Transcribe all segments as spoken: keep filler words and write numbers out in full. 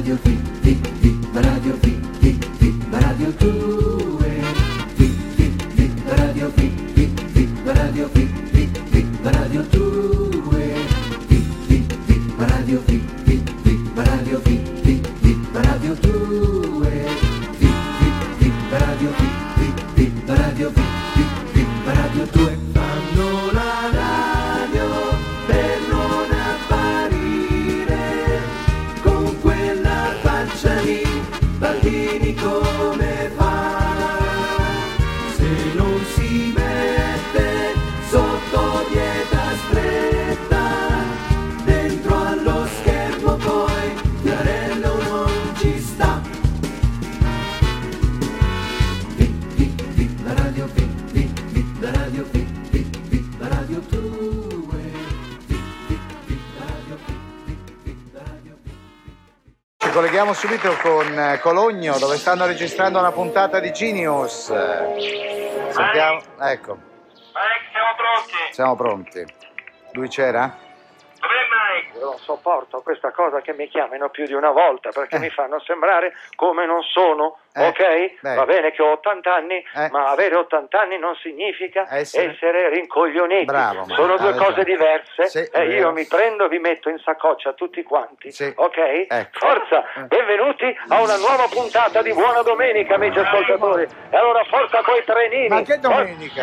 Radio Fi, Fi, Fi, Radio Fi, Fi, Fi, Radio due. Fi, Fi, Fi, Radio Fi, Fi, Fi, Radio Fi, Fi, Fi, Radio due. Fi, Fi, Fi, Radio Fi, Fi, Fi, Radio Fi, Fi, Fi, Radio due. Fi, Fi, Fi, Radio Fi, Fi, Fi, Radio Fi, Fi, Fi, Radio due. Fanno la radio per non apparire con quella faccia lì, Baldini come fa? Se non si mette sotto dieta stretta, dentro allo schermo poi Fiorello non ci sta. Fi, fi, fi, la radio fi, fi, fi, la radio fi, fi, fi, la radio due. Fi, fi, fi, la radio fi, fi, fi, la radio fi. Ci colleghiamo subito con Cologno, dove stanno registrando una puntata di Genius. Sentiamo, ecco, Mike, siamo pronti. siamo pronti. Lui c'era? Dov'è Mike? Io non sopporto questa cosa che mi chiamino più di una volta perché Eh. mi fanno sembrare come non sono, Eh. ok? Beh. Va bene che ho ottanta anni, Eh. ma avere ottanta anni non significa Essere- essere rincoglioniti. Bravo, Mike, Sono ha due ragione. cose diverse Sì, e è vero. io mi prendo, vi metto in saccoccia tutti quanti, Sì. ok? Ecco. Forza, Eh. benvenuti a una nuova puntata di Buona Domenica, amici ascoltatori. E allora forza coi trenini. Ma che domenica?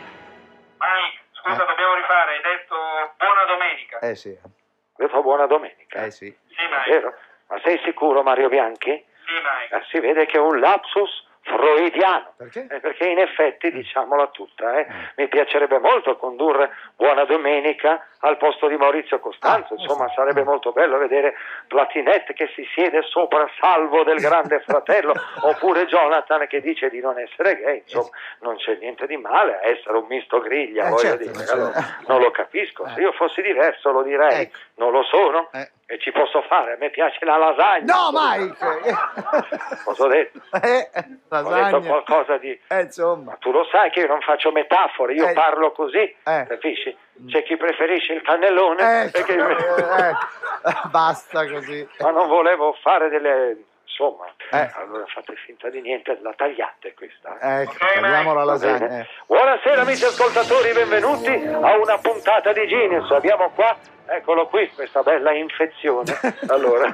Mike, scusa, Eh. dobbiamo rifare. Hai detto buona domenica. Eh sì, Io fa Buona Domenica. eh sì. Sì, Mike. Vero? Ma sei sicuro, Mario Bianchi? Sì, Mike. Eh, si vede che è un lapsus freudiano. Perché? Eh, perché in effetti, diciamola tutta, eh, mi piacerebbe molto condurre Buona Domenica al posto di Maurizio Costanzo. Ah, Insomma, sì. sarebbe molto bello vedere Platinette che si siede sopra Salvo del Grande Fratello, oppure Jonathan che dice di non essere gay. Insomma, non c'è niente di male a essere un misto griglia, Eh, voglio certo, dire. non c'è- Allora, non lo capisco. Se io fossi diverso lo direi, Ecco. non lo sono. Eh. E ci posso fare, a me piace la lasagna. No, Mike! Cosa ho detto? Eh, Ho detto lasagna. qualcosa di... Eh, insomma. Ma tu lo sai che io non faccio metafore, io Eh. parlo così, Eh. capisci? C'è chi preferisce il cannellone Ecco, e chi- eh, eh. Basta così. ma non volevo fare delle... insomma, Eh. allora fate finta di niente, la tagliate questa. Ecco, Ok, tagliamo la Va lasagna. bene. eh. Buonasera amici ascoltatori, benvenuti a una puntata di Genius. Abbiamo qua, eccolo qui, questa bella infezione. Allora,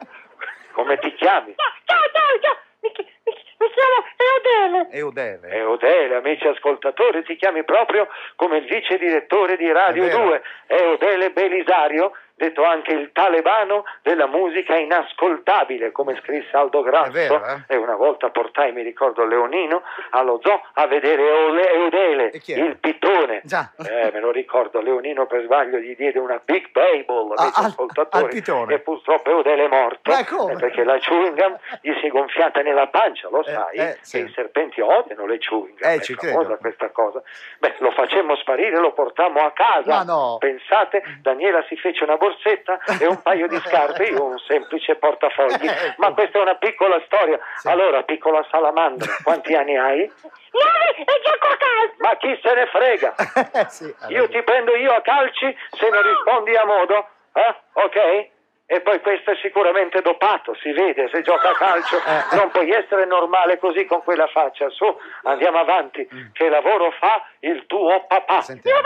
come ti chiami? Ciao, ciao, ciao, mi, chi- mi, chi- mi chiamo Eudele. Eudele. Eudele, amici ascoltatori, ti chiami proprio come il vice direttore di Radio È vero. due, Eudele Belisario, detto anche il talebano della musica inascoltabile, come scrisse Aldo Grasso. È vero, eh? E una volta portai, mi ricordo, Leonino allo zoo a vedere Eule- Eudele, E chi era? il pitone. Già. Eh, me lo ricordo, Leonino per sbaglio gli diede una Big Babel, Ah, amici al- ascoltatori, al pitone? e purtroppo Eudele è morto. Ma come? eh, perché la chewing gum gli si è gonfiata nella pancia, lo Eh, sai? eh, sì. E i serpenti odiano le chewing gum, Eh, è ci famosa credo. questa cosa. Beh, lo facemmo sparire, lo portammo a casa. Ma no. Pensate, Daniela si fece una borsetta e un paio di scarpe, io un semplice portafogli. Ecco. Ma questa è una piccola storia. Sì. Allora, piccola salamandra, quanti anni hai? Nove e gioco a calcio. Ma chi se ne frega? Eh, sì, Io ti prendo io a calci se non rispondi a modo, eh? Ok? E poi questo è sicuramente dopato, si vede, se gioca a calcio Eh. non puoi essere normale così con quella faccia. Su, andiamo avanti, che lavoro fa il tuo papà? Sentiamo.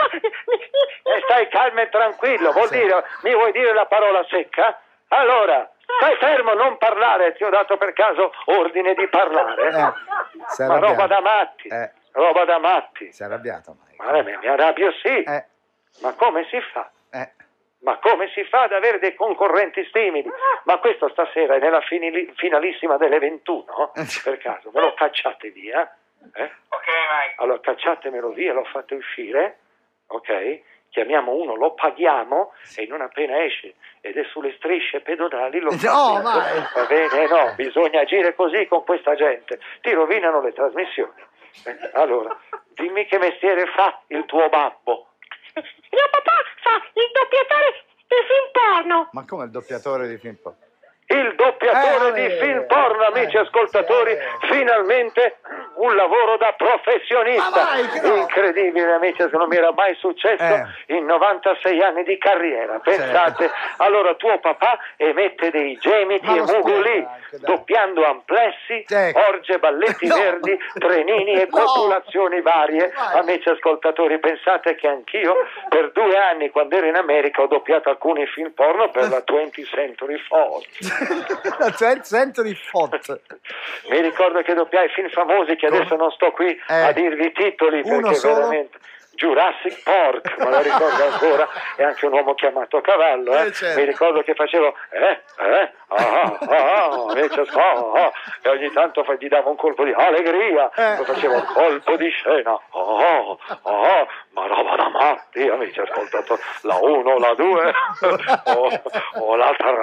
E stai calmo e tranquillo, vuol Sì. dire, mi vuoi dire la parola secca? Allora, stai fermo, non parlare, ti ho dato per caso ordine di parlare. Eh, si è Ma roba arrabbiato. da matti, Eh. roba da matti. Si è arrabbiato, Mike. Ma mi arrabbio sì, Eh, ma come si fa? eh. Ma come si fa ad avere dei concorrenti stimili? Ma questo stasera è nella finili- finalissima delle ventuno? Per caso, me lo cacciate via? Eh? Ok, Mike. Allora cacciatemelo via, lo fate uscire, ok? Chiamiamo uno, lo paghiamo e non appena esce ed è sulle strisce pedonali lo No, ma- Va bene, no, bisogna agire così con questa gente, ti rovinano le trasmissioni. Eh, Allora, dimmi che mestiere fa il tuo babbo? Mio papà fa il doppiatore del film porno. Ma come il doppiatore di film porno? Il doppiatore Eh, di vabbè. film porno, amici Eh, ascoltatori, sì, vabbè. finalmente un lavoro da professionista. Ma vai, che no. Incredibile, amici, se non mi era mai successo Eh. in novantasei anni di carriera. Pensate, allora tuo papà emette dei gemiti Ma e lo spiega mugoli, anche, dai. doppiando amplessi, Ecco. orge, balletti No. verdi, trenini e No. copulazioni varie. Vai. Amici ascoltatori, pensate che anch'io per due anni, quando ero in America, ho doppiato alcuni film porno per la twentieth Century Fox. La twentieth Century Fox. Mi ricordo che doppiai film famosi che adesso non sto qui Eh. a dirvi i titoli Uno perché solo? veramente Jurassic Park, me la ricordo ancora, e anche Un uomo chiamato Cavallo, eh. Eh, certo. Mi ricordo che facevo eh, eh, ah, ah, ah, invece, ah, ah, e ogni tanto fa- gli davo un colpo di allegria, Eh. poi facevo colpo di scena, ah, ah, ma roba da matti, amici ascoltatori, la uno, la due, o, o la tre.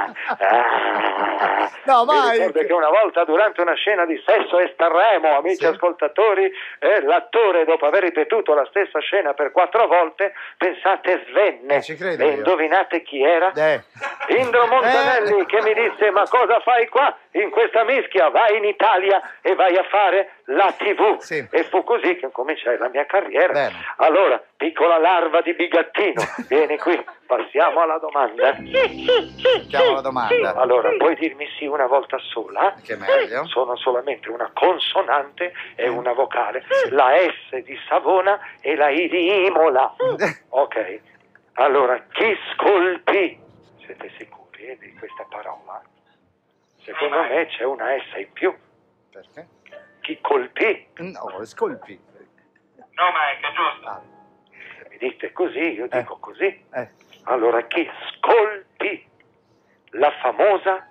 Ah. No, Mi mai. ricordo che una volta durante una scena di sesso estremo, amici Sì. ascoltatori, eh, l'attore, dopo aver ripetuto la stessa scena per quattro volte, pensate svenne. Eh, ci credo E io. indovinate chi era? Eh. Indro Montanelli, Eh. che mi disse: ma cosa fai qua in questa mischia? Vai in Italia e vai a fare la tivù. Sì. E fu così che cominciai la mia carriera. Bene. Allora, piccola larva di bigattino, vieni qui, passiamo alla domanda. Sì, sì, sì, Chiamo la sì, domanda. Allora, puoi dirmi sì una volta sola? Che meglio. Sono solamente una consonante e una vocale, la S di Savona e la I di Imola. Ok, allora chi scolpì? Siete sicuri eh, di questa parola? Secondo me c'è una S in più. Perché? Chi colpì? No, scolpi. No, Mike, è giusto. Ah, Se mi dite così, io dico così. eh. Allora, chi scolpì la famosa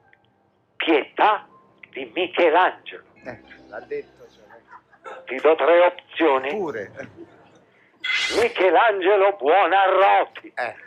Pietà di Michelangelo? Eh, l'ha detto. Cioè. Ti do tre opzioni. Pure. Michelangelo Buonarroti, Eh.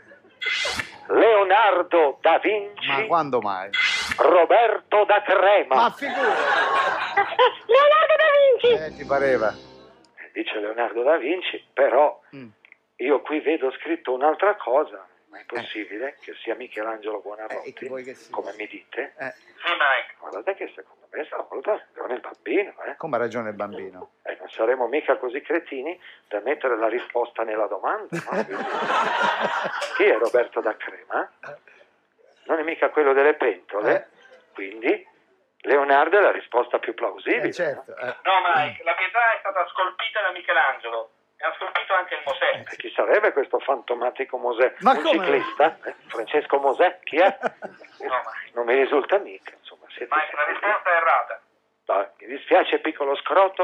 Leonardo da Vinci, Ma quando mai? Roberto da Crema. Ma figura. Leonardo da Vinci. Eh, ti pareva. Dice Leonardo da Vinci, però Mm. io qui vedo scritto un'altra cosa. Ma è possibile che sia Michelangelo Eh, Buonarroti, e chi vuoi che sia? come mi dite? Eh, Sì, Mike. Guardate che secondo me stavolta non è il bambino, eh? come ha ragione il bambino? E non saremo mica così cretini da mettere la risposta nella domanda, no? Quindi, chi è Roberto da Crema? Non è mica quello delle pentole, Eh. quindi Leonardo è la risposta più plausibile. Eh, certo. Eh. No, Mike, la pietà è stata scolpita da Michelangelo e ha scolpito anche il Mosè. E chi sarebbe questo fantomatico Mosè? Ma Un come? ciclista? Eh? Francesco Mosè? Chi è? No, Mike. Non mi risulta mica, insomma. Siete Mike, la sicuri? risposta è errata. Dai, mi dispiace, piccolo scroto.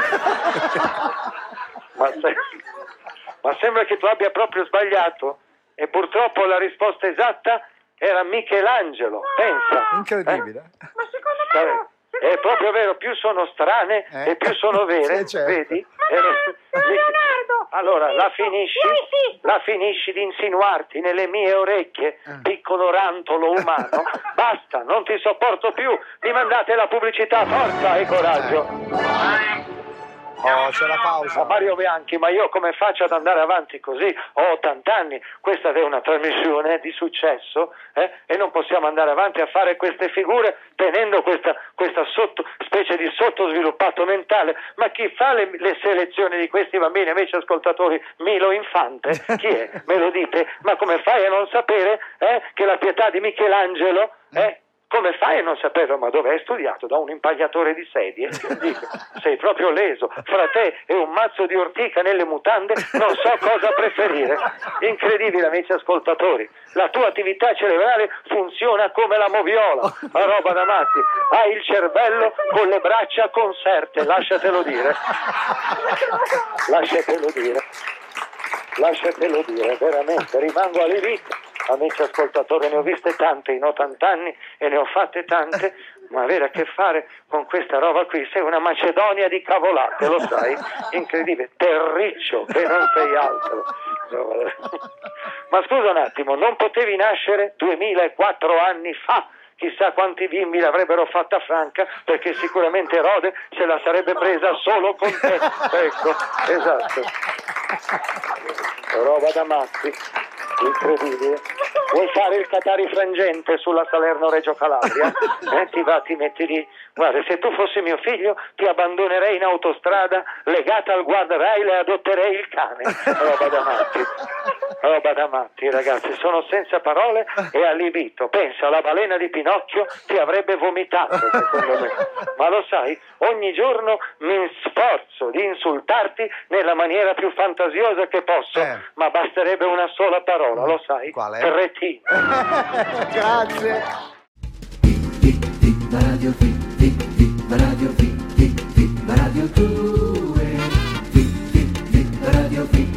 ma, se- ma sembra che tu abbia proprio sbagliato. E purtroppo la risposta esatta era Michelangelo. Pensa. Incredibile. Ma secondo me Dai, no. è proprio vero, più sono strane Eh. e più sono vere, Sì, certo. vedi? Ma no, Eh, sono mi- Leonardo. Allora, la Sì, finisci, sì, sì. la finisci di insinuarti nelle mie orecchie, Eh. piccolo rantolo umano? Basta, non ti sopporto più, mi mandate la pubblicità, forza e coraggio. Mike. Oh, c'è la Ma pausa. Mario Bianchi, ma io come faccio ad andare avanti così? Ho ottanta anni, questa è una trasmissione di successo eh? E non possiamo andare avanti a fare queste figure tenendo questa, questa sotto, specie di sottosviluppato mentale. Ma chi fa le, le selezioni di questi bambini, amici ascoltatori? Milo Infante? Chi è? Me lo dite? Ma come fai a non sapere eh, che la pietà di Michelangelo eh, come fai a non saperlo? Ma dove hai studiato? Da un impagliatore di sedie? Dico, sei proprio leso. Fra te e un mazzo di ortica nelle mutande non so cosa preferire. Incredibile, amici ascoltatori. La tua attività cerebrale funziona come la moviola. La roba da matti. Hai il cervello con le braccia conserte. Lasciatelo dire. Lasciatelo dire. Lasciatelo dire, veramente. Rimango allibito. Amici ascoltatori, ne ho viste tante in ottanta anni e ne ho fatte tante, ma avere a che fare con questa roba qui, sei una Macedonia di cavolate, lo sai? Incredibile, terriccio che non sei altro. Ma scusa un attimo, non potevi nascere duemilaquattro anni fa? Chissà quanti bimbi l'avrebbero fatta franca, perché sicuramente Erode se la sarebbe presa solo con te. Ecco, esatto. Roba da matti, incredibile. vuoi fare il Catari frangente sulla Salerno-Reggio Calabria? Eh, ti va, ti metti lì. Guarda, se tu fossi mio figlio ti abbandonerei in autostrada legata al guardrail e adotterei il cane. Roba da matti. Roba da matti, ragazzi, sono senza parole e allibito. Pensa, la balena di Pinocchio ti avrebbe vomitato, secondo me. Ma lo sai, ogni giorno mi sforzo di insultarti nella maniera più fantasiosa che posso, Eh. ma basterebbe una sola parola, lo sai? Qual è? Cretino. Grazie. Viva Radio Fit, Viva Radio Fit, Viva Radio due, Viva Radio Fit.